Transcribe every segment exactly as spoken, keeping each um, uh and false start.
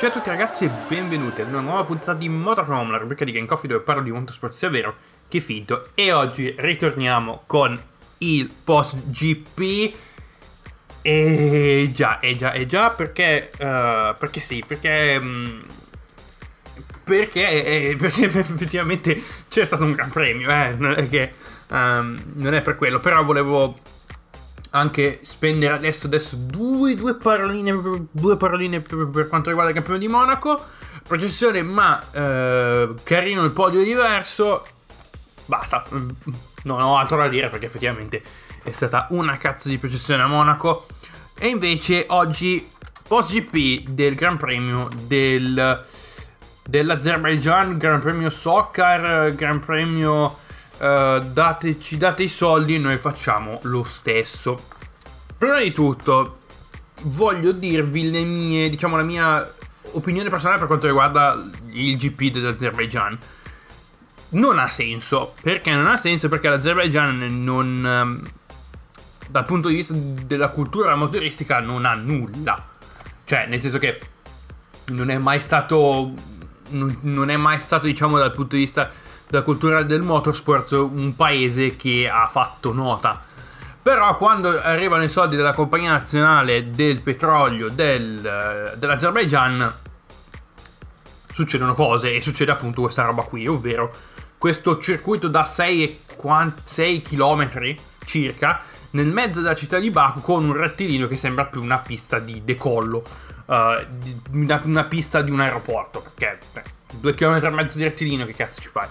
Ciao a tutti ragazzi e benvenuti ad una nuova puntata di Motorhome, la rubrica di Game Coffee dove parlo di motorsport sia vero che finto. E oggi ritorniamo con il post G P. E già, e già, e già perché, uh, perché sì, perché... Um, perché, eh, perché effettivamente c'è stato un gran premio, eh, non è che um, non è per quello, però volevo anche spendere adesso, adesso due, due paroline, due paroline per, per quanto riguarda il campione di Monaco. Processione, ma eh, carino il podio diverso. Basta, non ho altro da dire perché effettivamente è stata una cazzo di processione a Monaco. E invece oggi post G P del Gran Premio del dell'Azerbaijan, Gran Premio Soccer, Gran Premio uh, date, ci date i soldi e noi facciamo lo stesso. Prima di tutto voglio dirvi le mie, diciamo la mia opinione personale per quanto riguarda il G P dell'Azerbaijan. Non ha senso. Perché non ha senso? Perché l'Azerbaijan non, um, dal punto di vista della cultura motoristica non ha nulla. Cioè, nel senso che non è mai stato, non, non è mai stato, diciamo, dal punto di vista della cultura del motorsport un paese che ha fatto nota. Però quando arrivano i soldi della compagnia nazionale del petrolio del, dell'Azerbaijan succedono cose, e succede appunto questa roba qui, ovvero questo circuito da sei chilometri circa nel mezzo della città di Baku, con un rettilineo che sembra più una pista di decollo, uh, di, una, una pista di un aeroporto, perché beh, due chilometri e mezzo di rettilineo, che cazzo ci fai?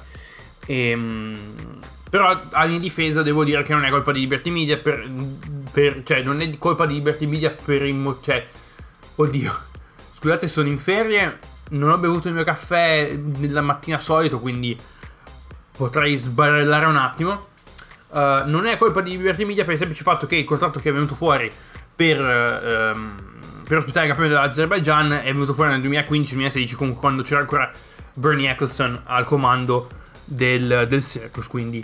Ehm, però a mia difesa devo dire che non è colpa di Liberty Media per, per cioè non è colpa di Liberty Media per il mo- cioè oddio, scusate, sono in ferie, non ho bevuto il mio caffè nella mattina solito, quindi potrei sbarellare un attimo. Uh, non è colpa di Liberty Media per il semplice fatto che il contratto che è venuto fuori per, uh, per ospitare il campione dell'Azerbaijan è venuto fuori nel duemilaquindici duemilasedici, quando c'era ancora Bernie Ecclestone al comando del, del circus. Quindi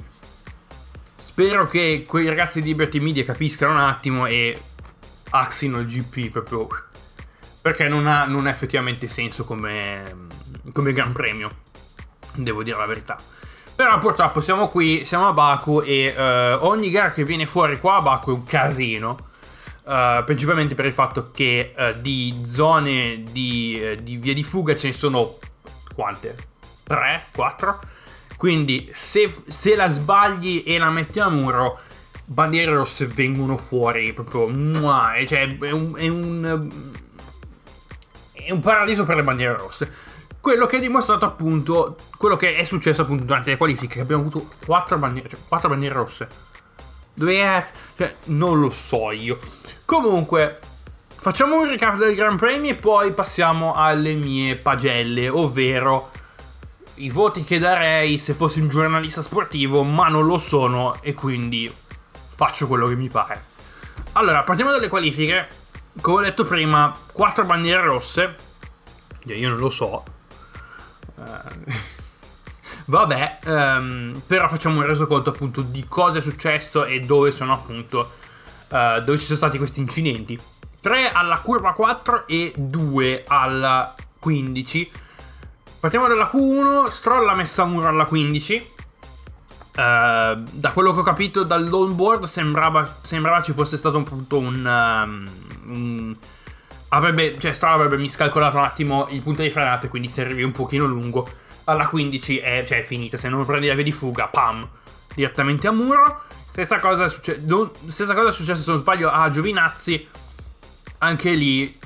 spero che quei ragazzi di Liberty Media capiscano un attimo e axino il G P, proprio perché non ha, non ha effettivamente senso come, come Gran Premio, devo dire la verità. Però purtroppo siamo qui, siamo a Baku, e uh, ogni gara che viene fuori qua a Baku è un casino, uh, principalmente per il fatto che uh, di zone di, uh, di via di fuga ce ne sono quante? tre? quattro? Quindi se, se la sbagli e la metti a muro, bandiere rosse vengono fuori proprio, muah, cioè è un, è un è un paradiso per le bandiere rosse. Quello che è dimostrato appunto, quello che è successo appunto durante le qualifiche, che abbiamo avuto quattro bandiere, cioè quattro bandiere rosse. Dove è? Cioè, non lo so io. Comunque, facciamo un recap del Gran Premio e poi passiamo alle mie pagelle, ovvero i voti che darei se fossi un giornalista sportivo, ma non lo sono e quindi faccio quello che mi pare. Allora, partiamo dalle qualifiche. Come ho detto prima, quattro bandiere rosse. Io non lo so. Uh, vabbè, um, però facciamo un resoconto appunto di cosa è successo e dove sono appunto uh, dove ci sono stati questi incidenti. tre alla curva quattro e due alla quindici. Partiamo dalla Q uno. Stroll ha messo a muro alla quindici. Uh, da quello che ho capito dall'onboard sembrava, sembrava ci fosse stato un punto un, um, un avrebbe, cioè Stroll avrebbe miscalcolato un attimo il punto di frenata, quindi se arrivi un pochino lungo alla quindici è, cioè è finita. Se non prendi la via di fuga, pam, direttamente a muro. Stessa cosa è, succe- non, stessa cosa è successa, se non sbaglio, a Giovinazzi. Anche lì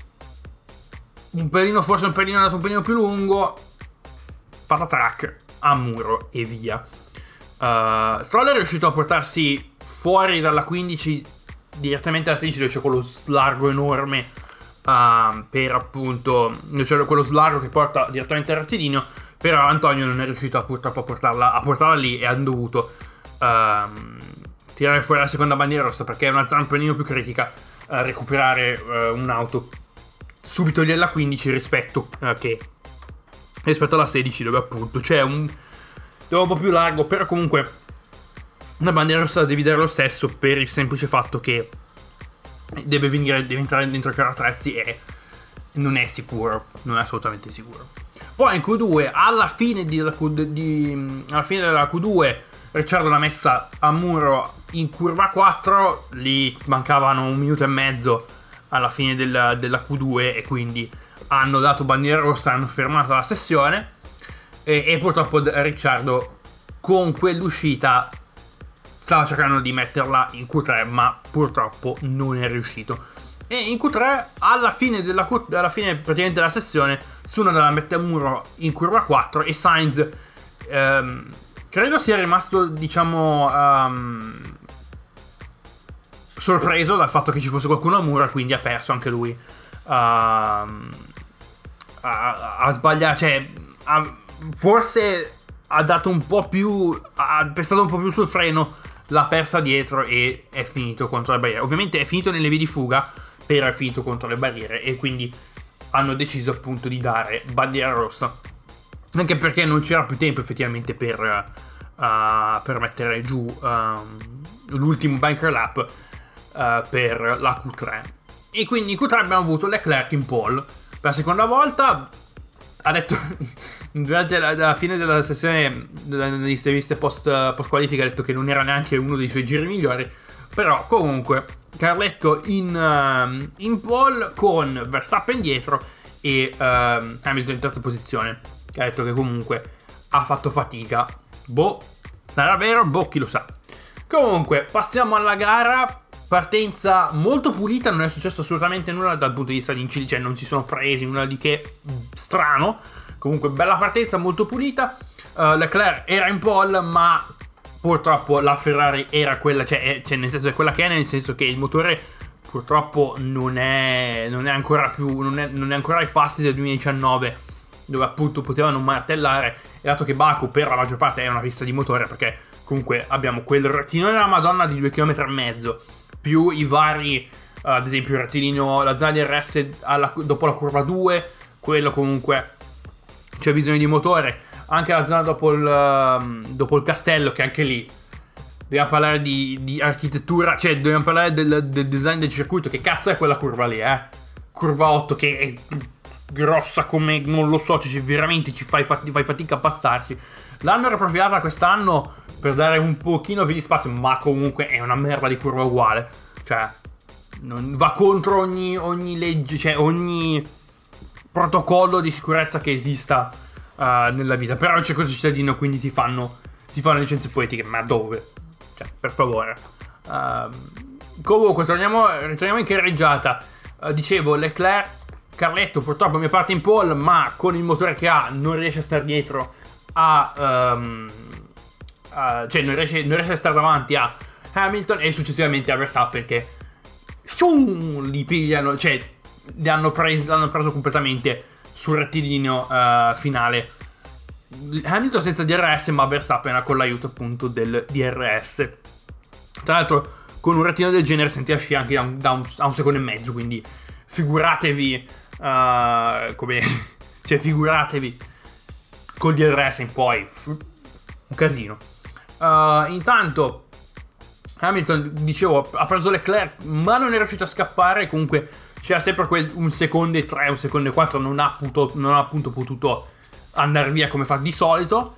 un pelino, forse un pelino andato un pelino più lungo, patatrack, a muro e via. uh, Stroll è riuscito a portarsi fuori dalla quindici direttamente alla sedici, dove c'è quello slargo enorme, Uh, per appunto, cioè quello slargo che porta direttamente al rettilineo. Però Antonio non è riuscito a, purtroppo a portarla, a portarla lì, e hanno dovuto uh, tirare fuori la seconda bandiera rossa, perché è una zona un pelino più critica, uh, recuperare uh, un'auto subito lì alla quindici rispetto uh, che rispetto alla sedici, dove appunto c'è un dove è un po' più largo. Però comunque una bandiera rossa la devi dare lo stesso, per il semplice fatto che deve venire, deve entrare dentro i carrozzi, e non è sicuro, non è assolutamente sicuro. Poi in Q due, alla fine, di, di, di, alla fine della Q due, Ricciardo l'ha messa a muro in curva quattro, lì mancavano un minuto e mezzo alla fine della, della Q due e quindi hanno dato bandiera rossa, hanno fermato la sessione e, e purtroppo Ricciardo con quell'uscita stava cercando di metterla in Q tre, ma purtroppo non è riuscito. E in Q tre, alla fine della, Q, alla fine praticamente della sessione, Tsunoda la mette a muro in curva quattro e Sainz ehm, credo sia rimasto, diciamo, um, sorpreso dal fatto che ci fosse qualcuno a muro, quindi ha perso anche lui. Uh, ha, ha sbagliato, cioè ha, forse ha dato un po' più, ha pestato un po' più sul freno, l'ha persa dietro e è finito contro le barriere. Ovviamente è finito nelle vie di fuga, però è finito contro le barriere e quindi hanno deciso appunto di dare bandiera rossa, anche perché non c'era più tempo effettivamente per, uh, per mettere giù um, l'ultimo bunker lap uh, per la Q tre. E quindi in Q tre abbiamo avuto Leclerc in pole per la seconda volta. Ha detto durante la, la fine della sessione delle interviste post, post qualifica, ha detto che non era neanche uno dei suoi giri migliori, però comunque Carletto in, uh, in pole con Verstappen dietro e uh, Hamilton in terza posizione, che ha detto che comunque ha fatto fatica. Boh, sarà vero? Boh, chi lo sa. Comunque passiamo alla gara. Partenza molto pulita, non è successo assolutamente nulla dal punto di vista di incidi, cioè non si sono presi nulla di che strano. Comunque bella partenza, molto pulita. uh, Leclerc era in pole, ma purtroppo la Ferrari era quella, cioè, è, cioè nel senso è quella che è, nel senso che il motore purtroppo non è, non è ancora più, non è, non è ancora ai fasti del duemiladiciannove, dove appunto potevano martellare, e dato che Baku per la maggior parte è una pista di motore, perché comunque abbiamo quel rettilineo della Madonna di due chilometri e mezzo, più i vari, uh, ad esempio il rettilineo, la zona di R S alla, dopo la curva due, quello comunque c'è bisogno di motore. Anche la zona dopo il, uh, dopo il castello, che anche lì dobbiamo parlare di, di architettura, cioè dobbiamo parlare del, del design del circuito. Che cazzo è quella curva lì, eh? Curva otto che è grossa come non lo so, cioè veramente ci fai, fat- fai fatica a passarci. L'hanno riprofilata quest'anno per dare un pochino più di spazio, ma comunque è una merda di curva uguale, cioè non va contro ogni, ogni legge, cioè ogni protocollo di sicurezza che esista uh, nella vita. Però c'è questo cittadino, quindi si fanno si fanno licenze poetiche, ma dove? Cioè, per favore. Uh, comunque torniamo, ritorniamo in carreggiata. Uh, dicevo, Leclerc, Carletto purtroppo mi parte in pole, ma con il motore che ha non riesce a stare dietro a um, uh, cioè non riesce, non riesce a stare davanti a Hamilton e successivamente a Verstappen, che shum, li pigliano, cioè li hanno preso, l'hanno preso completamente sul rettilineo uh, finale. Hamilton senza D R S, ma Verstappen con l'aiuto appunto del D R S. Tra l'altro con un rettilineo del genere senti a sci anche da un, da un, a un secondo e mezzo, quindi figuratevi uh, come cioè figuratevi col D R S in poi, un casino. Uh, intanto Hamilton, dicevo, ha preso Leclerc, ma non è riuscito a scappare. Comunque c'era sempre quel un secondo e tre, un secondo e quattro, non ha, potuto, non ha appunto potuto andare via come fa di solito.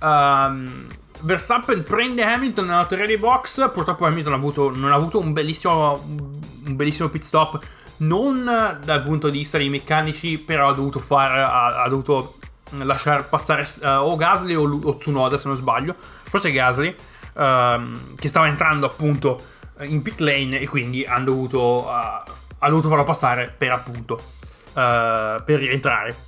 um, Verstappen prende Hamilton nella teoria dei box. Purtroppo Hamilton ha avuto, non ha avuto un bellissimo un bellissimo pit stop, non dal punto di vista dei meccanici, però ha dovuto fare ha, ha dovuto lasciare passare uh, o Gasly o, o Tsunoda, se non sbaglio, forse Gasly, uh, che stava entrando appunto in pit lane, e quindi hanno dovuto uh, ha dovuto farlo passare per appunto uh, per rientrare.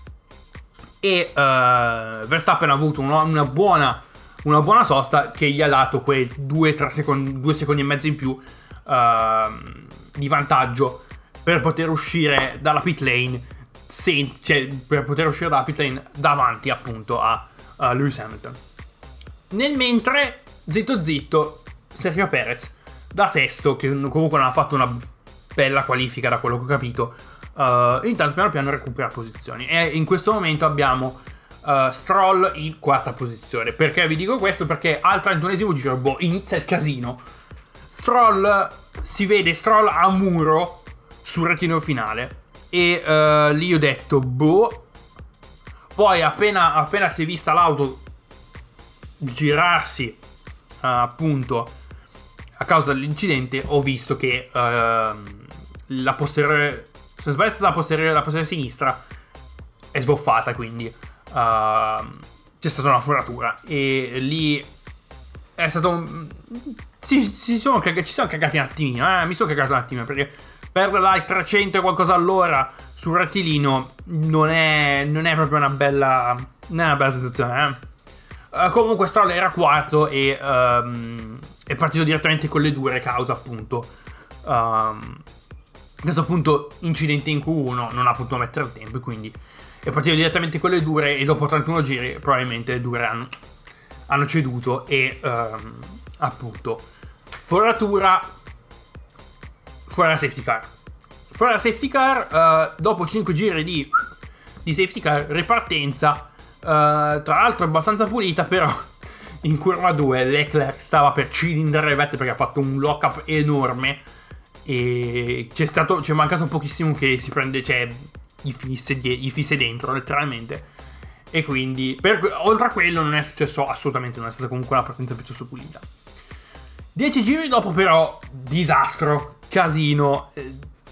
E uh, Verstappen ha avuto una, una buona una buona sosta che gli ha dato quei due secondi, due secondi e mezzo in più uh, di vantaggio per poter uscire dalla pit lane, sen- cioè per poter uscire dalla pit lane davanti appunto a, a Lewis Hamilton. Nel mentre, zitto zitto, Sergio Perez da sesto, che comunque non ha fatto una bella qualifica da quello che ho capito, uh, intanto piano piano recupera posizioni, e in questo momento abbiamo uh, Stroll in quarta posizione. Perché vi dico questo? Perché al trentunesimo giro, boh, inizia il casino. Stroll, si vede Stroll a muro sul rettilineo finale, e uh, lì ho detto boh. Poi appena, appena si è vista l'auto girarsi uh, appunto a causa dell'incidente, ho visto che uh, la posteriore, se non sbaglio è stata la posteriore, la posteriore sinistra è sboffata, quindi uh, c'è stata una foratura e lì è stato un... si, si sono cag... ci siamo cagati un attimino, eh? mi sono cagato un attimino, perché perdere dai trecento e qualcosa all'ora sul rettilineo non è, non è proprio una bella, non è una bella sensazione, eh? Uh, comunque Stroll era quarto e um, è partito direttamente con le dure causa appunto um, questo appunto incidente in Q uno, non ha potuto mettere il tempo, quindi è partito direttamente con le dure e dopo trentuno giri probabilmente le dure hanno, hanno ceduto e um, appunto foratura fuori la safety car. Fuori la safety car, uh, dopo cinque giri di, di safety car, ripartenza, uh, tra l'altro abbastanza pulita, però in curva due Leclerc stava per cilindrare Vettel perché ha fatto un lock up enorme e c'è stato, c'è mancato pochissimo che si prende, cioè gli fisse, gli fisse dentro letteralmente, e quindi per, oltre a quello non è successo assolutamente, non è stata comunque una partenza piuttosto pulita. Dieci giri dopo però disastro, casino, eh,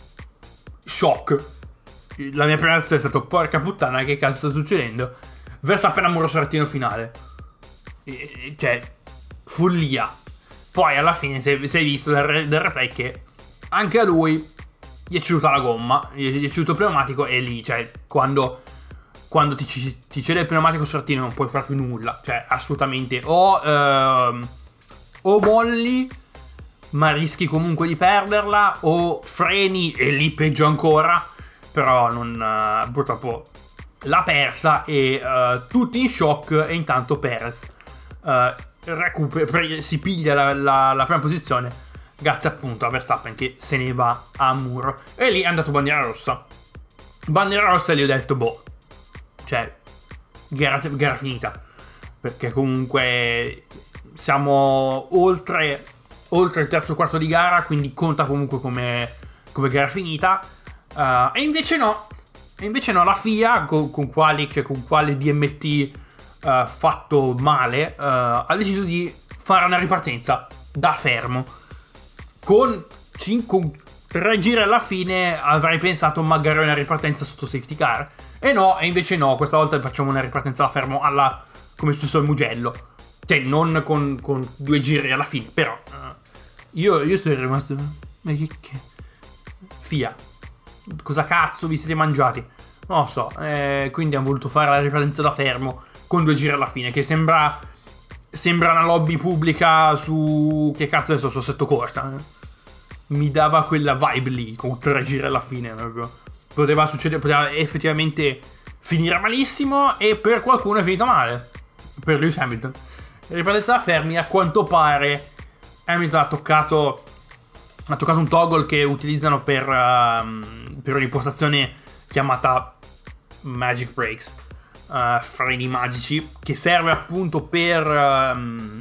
shock. La mia prima reazione è stata porca puttana, che cazzo sta succedendo? Verstappen a muro sartino finale, e, cioè follia. Poi alla fine si è, si è visto del, del replay che anche a lui gli è ceduta la gomma, gli è ceduto il pneumatico, e lì, cioè, quando, quando ti, ti cede il pneumatico sartino non puoi fare più nulla, cioè assolutamente. O ehm, o molli ma rischi comunque di perderla, o freni e lì peggio ancora, però non, uh, purtroppo l'ha persa e uh, tutti in shock, e intanto Perez uh, recupera, si piglia la, la, la prima posizione grazie appunto a Verstappen che se ne va a muro, e lì è andato bandiera rossa. Bandiera rossa, e gli ho detto boh, cioè gara, gara finita, perché comunque siamo oltre, oltre il terzo quarto di gara, quindi conta comunque come, come gara finita. Uh, e invece no, e invece no, la F I A con, con, quali, cioè con quale D M T uh, fatto male uh, ha deciso di fare una ripartenza da fermo. Con, cinque, tre giri alla fine avrei pensato magari una ripartenza sotto safety car, e no, e invece no, questa volta facciamo una ripartenza da fermo alla, come è successo al Mugello. Cioè, non con, con due giri alla fine, però uh, io, io sono rimasto, ma che, che F I A, cosa cazzo vi siete mangiati? Non lo so, eh, quindi hanno voluto fare la ripartenza da fermo con due giri alla fine, che sembra sembra una lobby pubblica su, che cazzo adesso, su Assetto Corsa, eh? Mi dava quella vibe lì, con tre giri alla fine, proprio. Poteva succedere, poteva effettivamente finire malissimo, e per qualcuno è finito male, per Lewis Hamilton. Ripartenza da fermi, a quanto pare Hamilton ha toccato ha toccato un toggle che utilizzano per uh, per un'impostazione chiamata Magic Brakes, uh, freni magici, che serve appunto per um,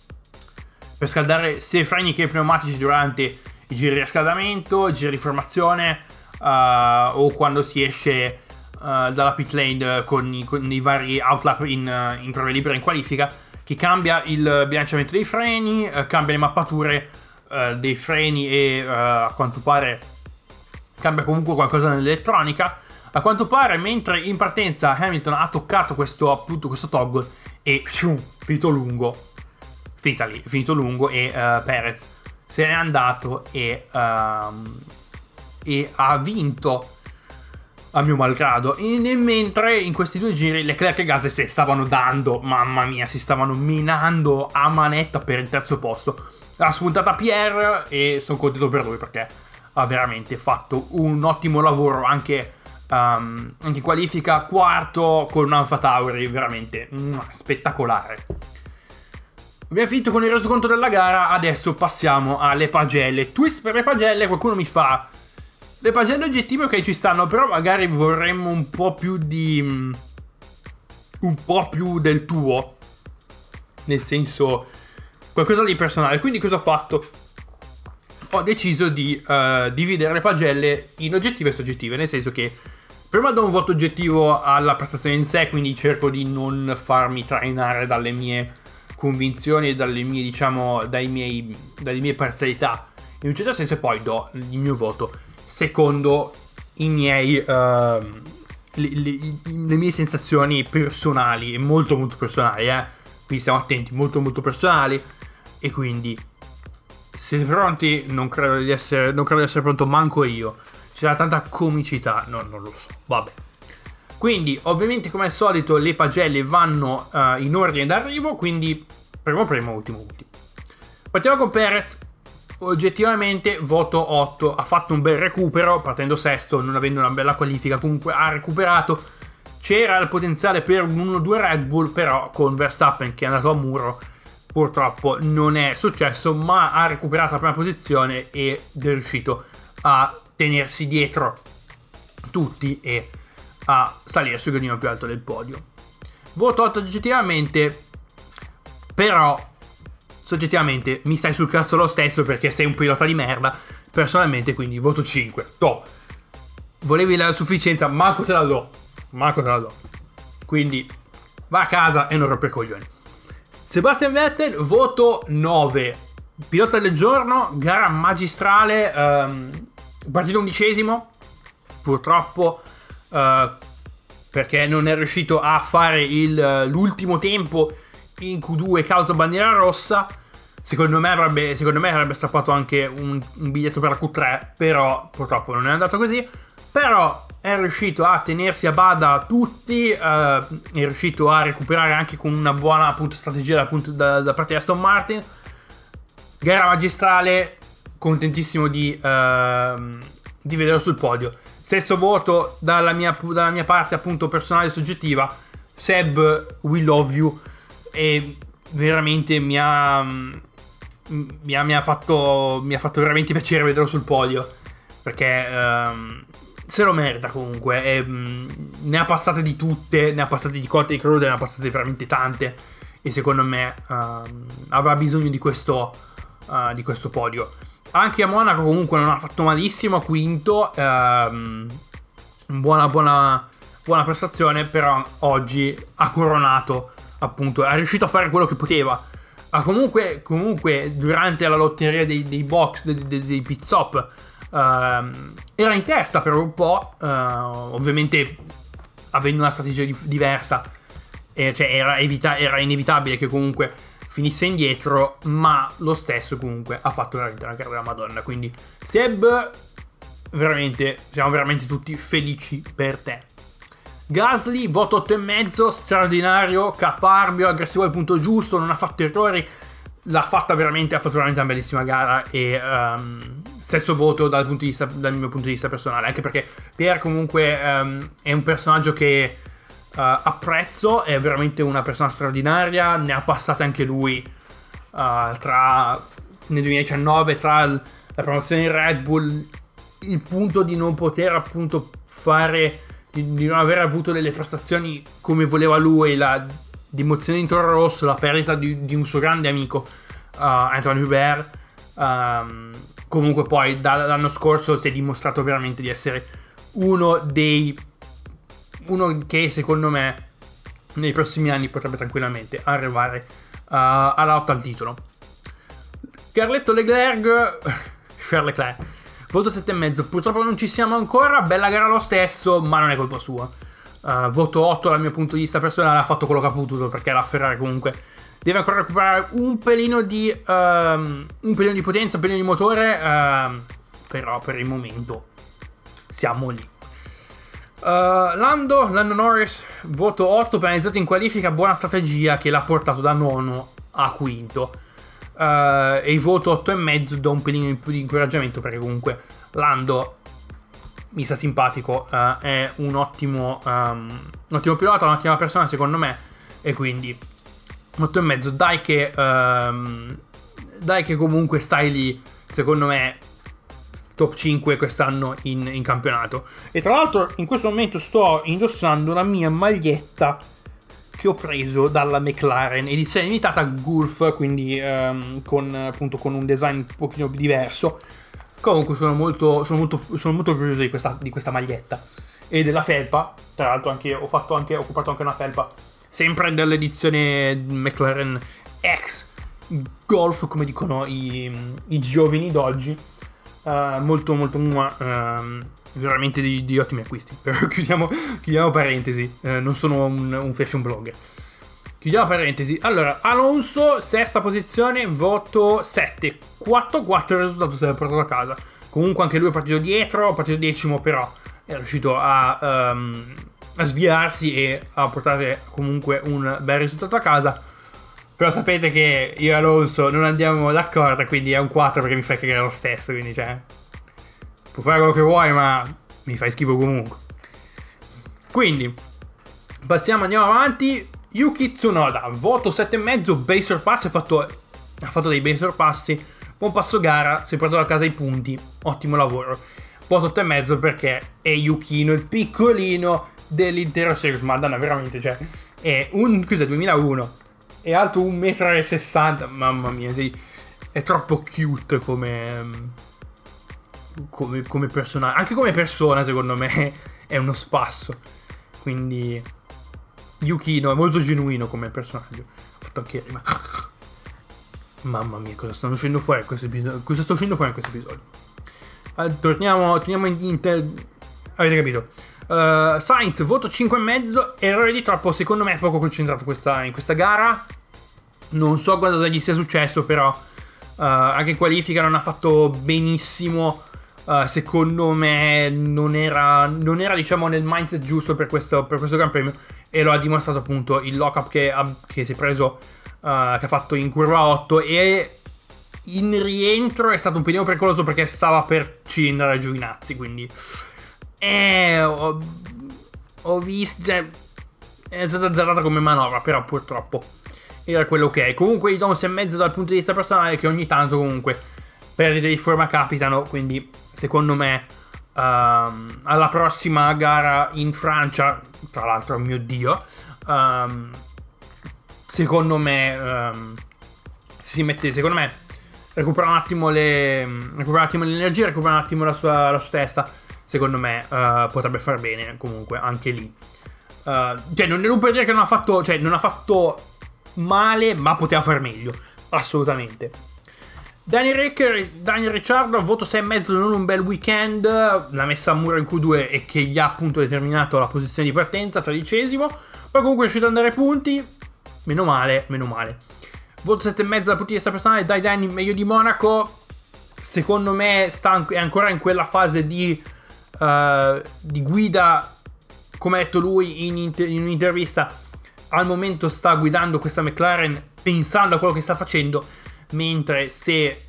per scaldare sia i freni che i pneumatici durante i giri di riscaldamento, i giri di formazione, uh, o quando si esce uh, dalla pit lane con i, con i vari outlap in, uh, in prova libera in qualifica, che cambia il bilanciamento dei freni, eh, cambia le mappature eh, dei freni, e eh, a quanto pare cambia comunque qualcosa nell'elettronica. A quanto pare, mentre in partenza Hamilton ha toccato questo, appunto, questo toggle, e fium, finito lungo, finita lì, finito lungo, e uh, Perez se n'è andato e, um, e ha vinto a mio malgrado. E mentre in questi due giri Leclerc e Gasly si stavano dando, mamma mia, si stavano minando a manetta per il terzo posto. Ha spuntata Pierre e sono contento per lui, perché ha veramente fatto un ottimo lavoro anche, um, anche in qualifica, quarto con un AlphaTauri, veramente mm, spettacolare. Abbiamo finito con il resoconto della gara, adesso passiamo alle pagelle. Twist per le pagelle, qualcuno mi fa: le pagelle oggettive ok ci stanno, però magari vorremmo un po' più di un po' più del tuo, nel senso qualcosa di personale. Quindi cosa ho fatto? ho deciso di uh, dividere le pagelle in oggettive e soggettive, nel senso che prima do un voto oggettivo alla prestazione in sé, quindi cerco di non farmi trainare dalle mie convinzioni e dalle mie, diciamo, dai miei, dalle mie parzialità, in un certo senso, e poi do il mio voto secondo i miei uh, le, le, le mie sensazioni personali, e molto molto personali, eh quindi stiamo attenti, molto molto personali. E quindi siete pronti? Non credo di essere non credo di essere pronto manco io. C'era tanta comicità, no, non lo so, vabbè. Quindi ovviamente come al solito le pagelle vanno uh, in ordine d'arrivo, quindi primo primo, ultimo ultimo. Partiamo con Perez. Oggettivamente voto otto, ha fatto un bel recupero, partendo sesto, non avendo una bella qualifica, comunque ha recuperato. C'era il potenziale per un uno due Red Bull, però con Verstappen che è andato a muro purtroppo non è successo, ma ha recuperato la prima posizione ed è riuscito a tenersi dietro tutti e a salire sul gradino più alto del podio. Voto otto oggettivamente, però soggettivamente mi stai sul cazzo lo stesso perché sei un pilota di merda personalmente, quindi voto cinque. Top. Volevi la sufficienza, manco te la do, manco te la do, quindi va a casa e non rompe coglioni. Sebastian Vettel, voto nove, pilota del giorno, gara magistrale, um, partito undicesimo, purtroppo uh, perché non è riuscito a fare il, l'ultimo tempo in Q due causa bandiera rossa. Secondo me avrebbe, secondo me avrebbe strappato anche un, un biglietto per la Q tre, però purtroppo non è andato così. Però è riuscito a tenersi a bada tutti, uh, è riuscito a recuperare anche con una buona, appunto, strategia appunto, da, da parte di Aston Martin. Gara magistrale, contentissimo di, uh, di vederlo sul podio. Stesso voto dalla mia, dalla mia parte, appunto, personale e soggettiva. Seb, we love you. E veramente mi ha, mi ha, mi ha fatto mi ha fatto veramente piacere vederlo sul podio, perché um, se lo merita comunque. E, um, ne ha passate di tutte, ne ha passate di cotte e di crude, ne ha passate veramente tante, e secondo me um, avrà bisogno di questo uh, di questo podio. Anche a Monaco comunque non ha fatto malissimo, quinto, um, buona buona buona prestazione, però oggi ha coronato, appunto, è riuscito a fare quello che poteva. Ha comunque, comunque durante la lotteria dei, dei box, dei, dei, dei pit stop, uh, era in testa per un po', uh, ovviamente avendo una strategia di, diversa, eh, cioè era, evita- era inevitabile che comunque finisse indietro, ma lo stesso comunque ha fatto veramente una gara della Madonna. Quindi Seb, veramente, siamo veramente tutti felici per te. Gasly, voto otto e mezzo, straordinario, caparbio, aggressivo al punto giusto, non ha fatto errori, l'ha fatta veramente, ha fatto veramente una bellissima gara. E um, stesso voto dal, punto di vista, dal mio punto di vista personale, anche perché Pierre comunque um, è un personaggio che uh, apprezzo, è veramente una persona straordinaria, ne ha passate anche lui uh, tra nel duemiladiciannove, tra il, la promozione in Red Bull, il punto di non poter appunto fare, di non aver avuto delle prestazioni come voleva lui, la dimozione in Toro Rosso, la perdita di, di un suo grande amico, uh, Antoine Hubert. Um, comunque poi dall'anno scorso si è dimostrato veramente di essere uno dei uno che secondo me nei prossimi anni potrebbe tranquillamente arrivare uh, alla lotta al titolo. Carletto Leclerc, Charles Leclerc, voto sette e mezzo, purtroppo non ci siamo ancora, bella gara lo stesso, ma non è colpa sua. Uh, voto otto dal mio punto di vista personale, ha fatto quello che ha potuto, perché la Ferrari comunque deve ancora recuperare un pelino di uh, un pelino di potenza, un pelino di motore, uh, però per il momento siamo lì. Uh, Lando, Lando Norris, voto otto, penalizzato in qualifica, buona strategia che l'ha portato da nono a quinto. Uh, e il voto otto e mezzo do un pelino in più di incoraggiamento, perché comunque Lando mi sta simpatico, uh, è un ottimo um, un ottimo pilota, un'ottima persona secondo me, e quindi otto e mezzo, dai che um, dai che comunque stai lì, secondo me top cinque quest'anno in, in campionato. E tra l'altro in questo momento sto indossando la mia maglietta che ho preso dalla McLaren, edizione limitata Gulf, quindi um, con, appunto, con un design un pochino diverso. Comunque sono molto, sono molto, sono molto curioso di questa, di questa maglietta e della felpa. Tra l'altro anche, ho fatto anche, ho comprato anche una felpa sempre dell'edizione McLaren X Golf, come dicono i, i giovani d'oggi. Uh, molto molto uh, veramente di, di ottimi acquisti. Però chiudiamo, chiudiamo parentesi, uh, non sono un, un fashion blogger. Chiudiamo parentesi. Allora, Alonso, sesta posizione, voto sette. quattro quattro il risultato se l'è portato a casa. Comunque anche lui è partito dietro, è partito decimo, però è riuscito a, um, a sviarsi e a portare comunque un bel risultato a casa. Però sapete che io e Alonso non andiamo d'accordo, quindi è un quattro perché mi fai cagare lo stesso, quindi cioè... puoi fare quello che vuoi, ma mi fai schifo comunque. Quindi, passiamo, andiamo avanti. Yuki Tsunoda, voto sette e mezzo, bei sorpassi, ha fatto, ha fatto dei bei sorpassi, buon passo gara, si è portato a casa i punti, ottimo lavoro. Voto otto e mezzo perché è Yukino, il piccolino dell'intero series, madonna veramente, cioè, è un, cos'è, duemilauno, è alto un metro e sessanta, mamma mia, sì, è troppo cute come, come, come personaggio, anche come persona secondo me è uno spasso, quindi... Yukino è molto genuino come personaggio. Ho fatto anche rima. Mamma mia, cosa stanno uscendo fuori in questo episodio? Cosa sta uscendo fuori in questo episodio? Allora, torniamo, torniamo in Inter. Avete capito? Uh, Sainz, voto cinque e mezzo. Errore di troppo. Secondo me è poco concentrato questa, in questa gara. Non so cosa gli sia successo, però uh, anche in qualifica non ha fatto benissimo. Uh, secondo me non era, non era diciamo nel mindset giusto per questo, per questo Gran Premio, e lo ha dimostrato appunto il lock-up che, che si è preso, uh, che ha fatto in curva otto, e in rientro è stato un pelino pericoloso perché stava per cilindrare Giovinazzi, quindi eh, ho, ho visto, cioè, è stata azzardata come manovra, però purtroppo era quello che è. Comunque i do un sei e mezzo dal punto di vista personale, che ogni tanto comunque perdite di forma capitano, quindi secondo me um, alla prossima gara in Francia, tra l'altro mio dio, um, secondo me um, si mette, secondo me recupera un attimo le recupera un attimo l'energia, recupera un attimo la sua, la sua testa, secondo me uh, potrebbe far bene comunque anche lì. Uh, cioè non, non per dire che non ha fatto, cioè non ha fatto male, ma poteva far meglio, assolutamente. Daniel, Ricker, Daniel Ricciardo, voto sei e mezzo, non un bel weekend, l'ha messa a muro in Q due e che gli ha appunto determinato la posizione di partenza, tredicesimo, poi comunque è riuscito ad andare ai punti, meno male, meno male. Voto sette e mezzo dal punto di vista personale, dai Dani, meglio di Monaco, secondo me sta, è ancora in quella fase di, uh, di guida, come ha detto lui in, inter- in un'intervista, al momento sta guidando questa McLaren pensando a quello che sta facendo, mentre se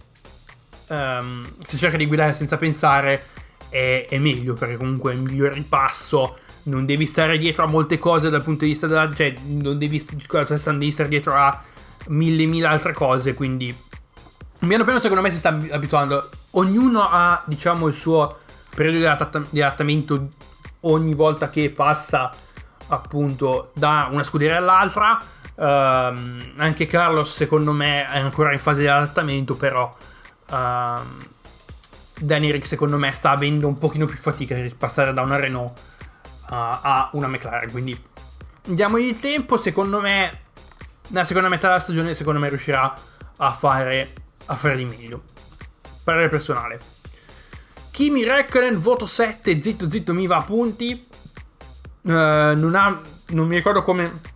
um, se cerca di guidare senza pensare è, è meglio, perché comunque migliora il passo, non devi stare dietro a molte cose dal punto di vista della, cioè non devi, devi stare dietro a mille mille altre cose, quindi piano piano secondo me si sta abituando. Ognuno ha diciamo il suo periodo di, adatt- di adattamento ogni volta che passa appunto da una scuderia all'altra. Uh, anche Carlos secondo me è ancora in fase di adattamento, però uh, Danny Rick secondo me sta avendo un pochino più fatica di passare da una Renault uh, a una McLaren, quindi diamogli il tempo. Secondo me nella seconda metà della stagione secondo me riuscirà a fare a fare di meglio. Parere personale. Kimi Räikkönen, voto sette, zitto zitto mi va a punti. uh, non ha non mi ricordo come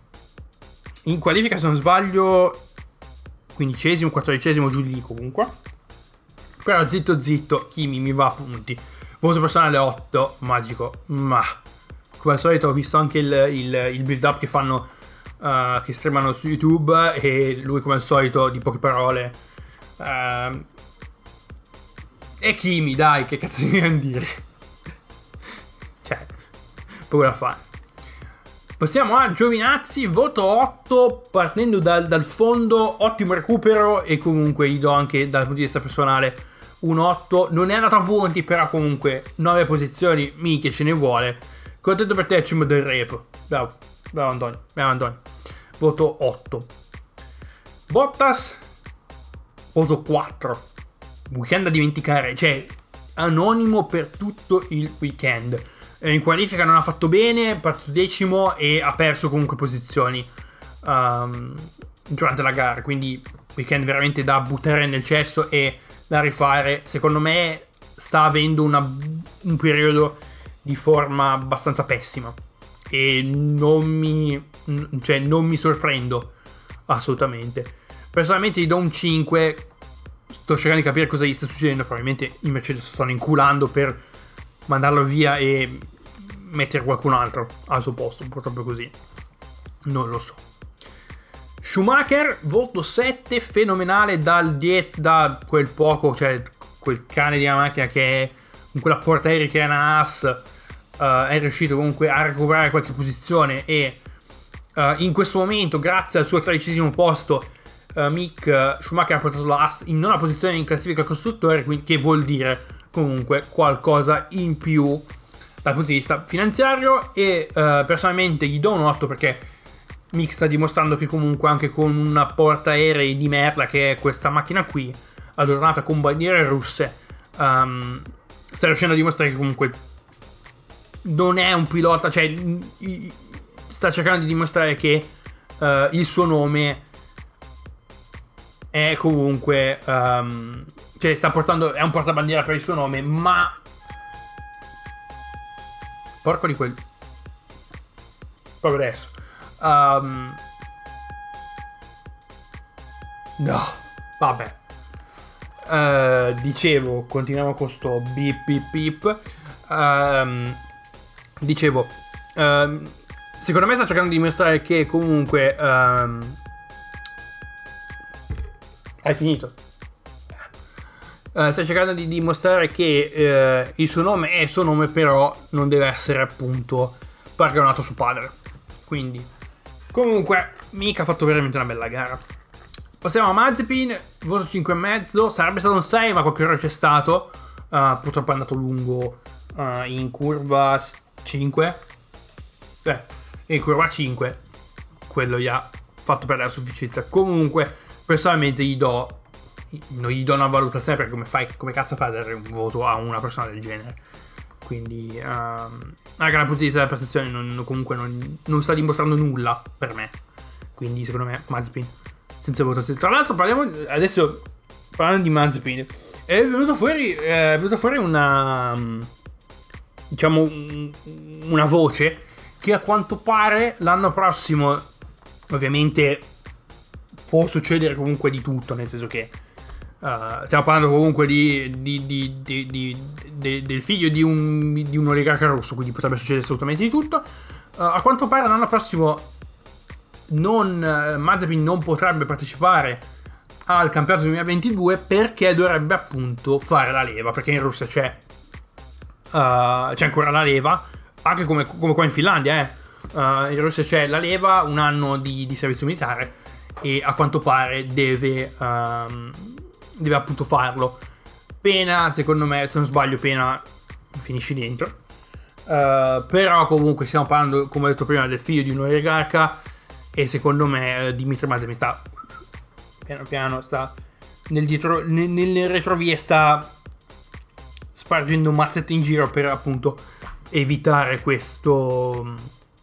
in qualifica, se non sbaglio quindicesimo, quattordicesimo, giù di lì comunque, però zitto zitto Kimi mi va a punti. Voto personale otto, magico, ma come al solito ho visto anche il, il, il build up che fanno, uh, che streamano su YouTube, e lui come al solito di poche parole, uh, e Kimi, dai, che cazzo mi devono dire, cioè poco da fare. Passiamo a Giovinazzi, voto otto, partendo dal, dal fondo, ottimo recupero, e comunque gli do anche dal punto di vista personale un otto. Non è andato a punti, però comunque nove posizioni, mica ce ne vuole. Contento per te, cimo del repo. Bravo, bravo Antonio, bravo Antonio. Voto otto. Bottas, voto quattro. Weekend da dimenticare, cioè anonimo per tutto il weekend. In qualifica non ha fatto bene, è partito decimo e ha perso comunque posizioni um, durante la gara, quindi weekend veramente da buttare nel cesso e da rifare. Secondo me sta avendo una, un periodo di forma abbastanza pessima e non mi, cioè non mi sorprendo assolutamente. Personalmente gli do un cinque. Sto cercando di capire cosa gli sta succedendo. Probabilmente i Mercedes stanno inculando per mandarlo via e mettere qualcun altro al suo posto, purtroppo così, non lo so. Schumacher, voto sette, fenomenale dal diet, da quel poco, cioè quel cane di una macchina che è con quella portaerei che è una Haas, uh, è riuscito comunque a recuperare qualche posizione e uh, in questo momento, grazie al suo tredicesimo posto, uh, Mick Schumacher ha portato la Haas in nona posizione in classifica costruttore, quindi, che vuol dire comunque qualcosa in più dal punto di vista finanziario. E uh, personalmente gli do un otto perché Mick sta dimostrando che comunque anche con una portaerei di merda che è questa macchina qui, adornata con bandiere russe, um, sta riuscendo a dimostrare che comunque non è un pilota, cioè sta cercando di dimostrare che uh, il suo nome è comunque um, cioè sta portando, è un portabandiera per il suo nome, ma porco di quel proprio adesso um... no vabbè uh, dicevo, continuiamo con sto beep beep beep. Um, dicevo um, secondo me sta cercando di dimostrare che comunque um... hai finito? Uh, sta cercando di dimostrare che uh, il suo nome è il suo nome, però non deve essere appunto paragonato su padre. Quindi comunque mica ha fatto veramente una bella gara. Passiamo a Mazepin, voto cinque e mezzo. Sarebbe stato un sei, ma qualche errore c'è stato. uh, Purtroppo è andato lungo uh, in curva cinque. Beh, in curva cinque quello gli ha fatto perdere la sufficienza. Comunque personalmente gli do non gli do una valutazione, perché come fai, come cazzo fai a dare un voto a una persona del genere? Quindi um, anche dal punto di vista della prestazione non, comunque non, non sta dimostrando nulla per me, quindi secondo me Mazepin senza votazione. Tra l'altro parliamo adesso, parlando di Mazepin, è venuto fuori è venuta fuori una diciamo una voce che a quanto pare l'anno prossimo, ovviamente può succedere comunque di tutto, nel senso che Uh, stiamo parlando comunque di, di, di, di, di, di del figlio di un, di un oligarca russo, quindi potrebbe succedere assolutamente di tutto. Uh, a quanto pare l'anno prossimo non, uh, Mazepin non potrebbe partecipare al campionato duemilaventidue perché dovrebbe appunto fare la leva, perché in Russia c'è uh, c'è ancora la leva, anche come, come qua in Finlandia, eh. uh, in Russia c'è la leva, un anno di, di servizio militare, e a quanto pare deve um, deve appunto farlo. Pena, secondo me, se non sbaglio, pena finisci dentro. Uh, però comunque stiamo parlando, come ho detto prima, del figlio di un oligarca, e secondo me uh, Dmitry Mazepin sta piano piano sta nel dietro, nel, nelle retrovie, sta spargendo mazzette in giro per appunto evitare questo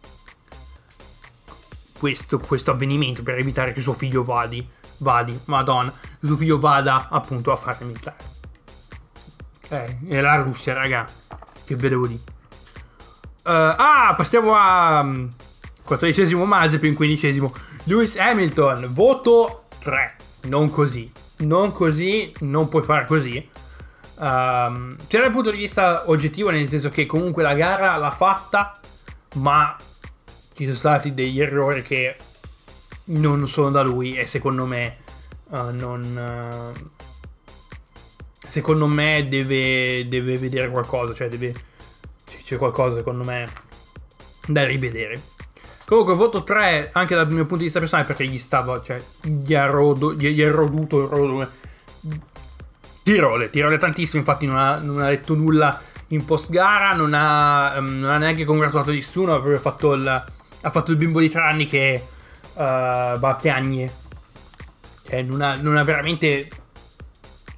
questo questo avvenimento, per evitare che suo figlio vadi vadi madonna che suo figlio vada appunto a fare il militare. Eh, è la Russia, raga, che vedevo lì. Uh, ah, passiamo a um, quattordicesimo Mazepin, quindicesimo Lewis Hamilton, voto tre. Non così, non così, non puoi fare così. Um, c'era il punto di vista oggettivo, nel senso che comunque la gara l'ha fatta, ma ci sono stati degli errori che non sono da lui, e secondo me uh, non uh, secondo me deve, deve vedere qualcosa, cioè deve, c'è qualcosa secondo me da rivedere. Comunque voto tre anche dal mio punto di vista personale, perché gli stava, cioè gli ha rodo, gli, gli è roduto rodo, tirole, tirole tantissimo. Infatti non ha, non ha detto nulla in post gara, non ha, um, non ha neanche congratulato nessuno, ha proprio fatto il, ha fatto il bimbo di tre anni che uh, va a piagne, cioè non ha, non ha veramente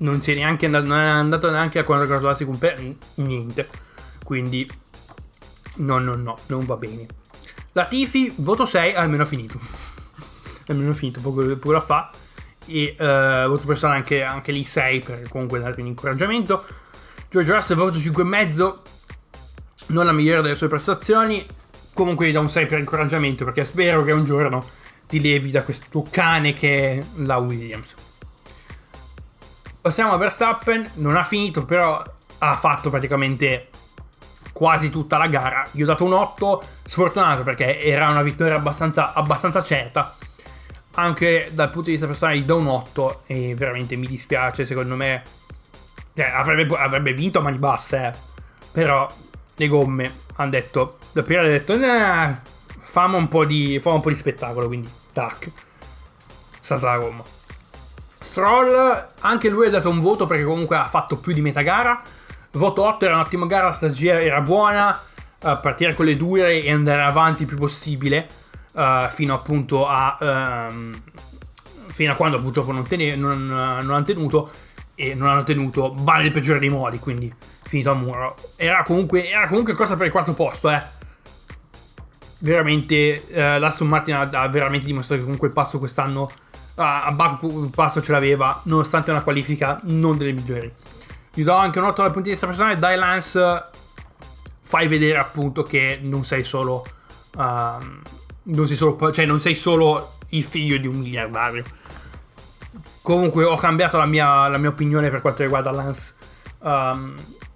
non si è neanche andato, non è andato neanche a congratularsi con per niente, quindi no no no, non va bene. Latifi voto sei, almeno ha finito almeno ha finito poco, poco da fa, e uh, voto personale anche, anche lì sei, perché comunque è dato un incoraggiamento. George Russell voto cinque e mezzo, non la migliore delle sue prestazioni, comunque gli do un sei per incoraggiamento, perché spero che un giorno ti levi da questo cane che è la Williams. Passiamo a Verstappen, non ha finito, però ha fatto praticamente quasi tutta la gara. Gli ho dato un otto, sfortunato perché era una vittoria abbastanza, abbastanza certa. Anche dal punto di vista personale gli do un otto e veramente mi dispiace, secondo me cioè, avrebbe, avrebbe vinto a mani basse, eh. Però le gomme hanno detto, da prima hanno detto nah, fammi un po' di fammi un po' di spettacolo, quindi tac, salta la gomma. Stroll, anche lui ha dato un voto perché comunque ha fatto più di metà gara. Voto otto, era un'ottima gara, la strategia era buona, uh, partire con le dure e andare avanti il più possibile, uh, fino appunto a um, fino a quando purtroppo non, tene, non, non hanno tenuto, e non hanno tenuto vale il peggiore dei modi, quindi finito a muro. Era comunque era comunque cosa per il quarto posto, eh. Veramente uh, l'Aston Martin ha, ha veramente dimostrato che comunque il passo quest'anno a Baku il passo ce l'aveva, nonostante una qualifica non delle migliori. Gli do anche un otto dal punto di vista personale. Dai Lance, fai vedere appunto che non sei solo uh, non sei solo cioè non sei solo il figlio di un miliardario. Comunque ho cambiato la mia, la mia opinione per quanto riguarda Lance. Um,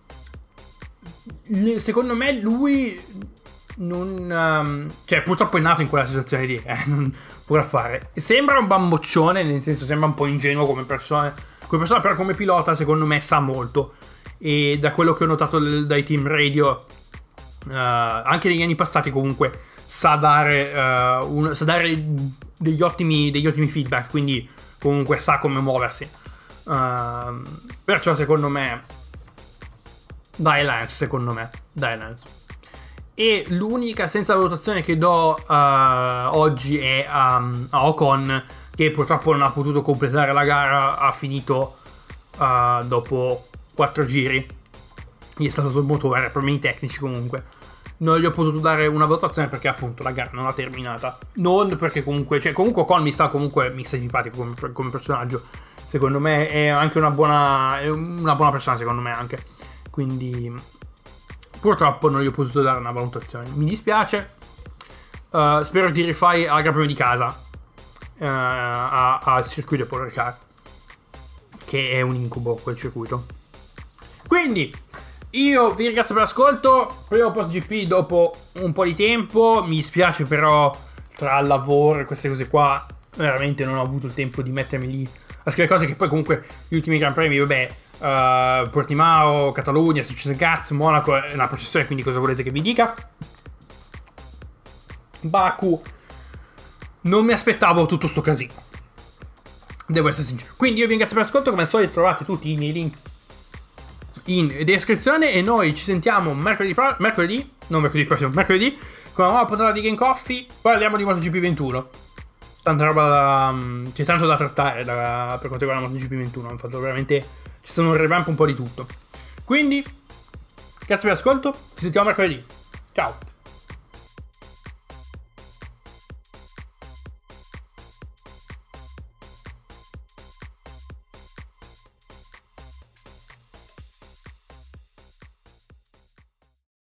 secondo me lui non um, cioè purtroppo è nato in quella situazione lì, eh, non potrà fare. Sembra un bamboccione, nel senso sembra un po' ingenuo come persona, come persona, però come pilota secondo me sa molto, e da quello che ho notato dai team radio uh, anche negli anni passati comunque sa dare, uh, un, sa dare degli ottimi, degli ottimi feedback, quindi comunque sa come muoversi, uh, perciò secondo me dai Lance, secondo me dai Lance. E l'unica senza valutazione che do uh, oggi è um, a Ocon, che purtroppo non ha potuto completare la gara, ha finito uh, dopo quattro giri, gli è stato sul motore, problemi tecnici comunque. Non gli ho potuto dare una valutazione perché appunto la gara non l'ha terminata, non perché comunque, cioè comunque Ocon mi sta comunque mi sta simpatico come, come personaggio, secondo me è anche una buona, è una buona persona secondo me anche, quindi purtroppo non gli ho potuto dare una valutazione, mi dispiace. Uh, spero di rifare al Gran Premio di casa, uh, al circuito di Paul Ricard, che è un incubo quel circuito. Quindi io vi ringrazio per l'ascolto. Primo post G P dopo un po' di tempo. Mi dispiace però, tra il lavoro e queste cose qua, veramente non ho avuto il tempo di mettermi lì a scrivere cose, che poi comunque gli ultimi Gran Premi, vabbè, Uh, Portimao, Catalogna, Gaz, Monaco è una processione, quindi cosa volete che vi dica? Baku non mi aspettavo tutto sto casino, devo essere sincero. Quindi io vi ringrazio per l'ascolto, come al solito trovate tutti i miei link in descrizione e noi ci sentiamo mercoledì, pro- mercoledì non mercoledì prossimo, mercoledì con una nuova puntata di Game Coffee. Parliamo di MotoGP ventuno, tanta roba da, um, c'è tanto da trattare da, per quanto riguarda MotoGP ventuno. Hanno fatto veramente, ci sono un revamp un po' di tutto. Quindi grazie per l'ascolto, ci sentiamo mercoledì, ciao.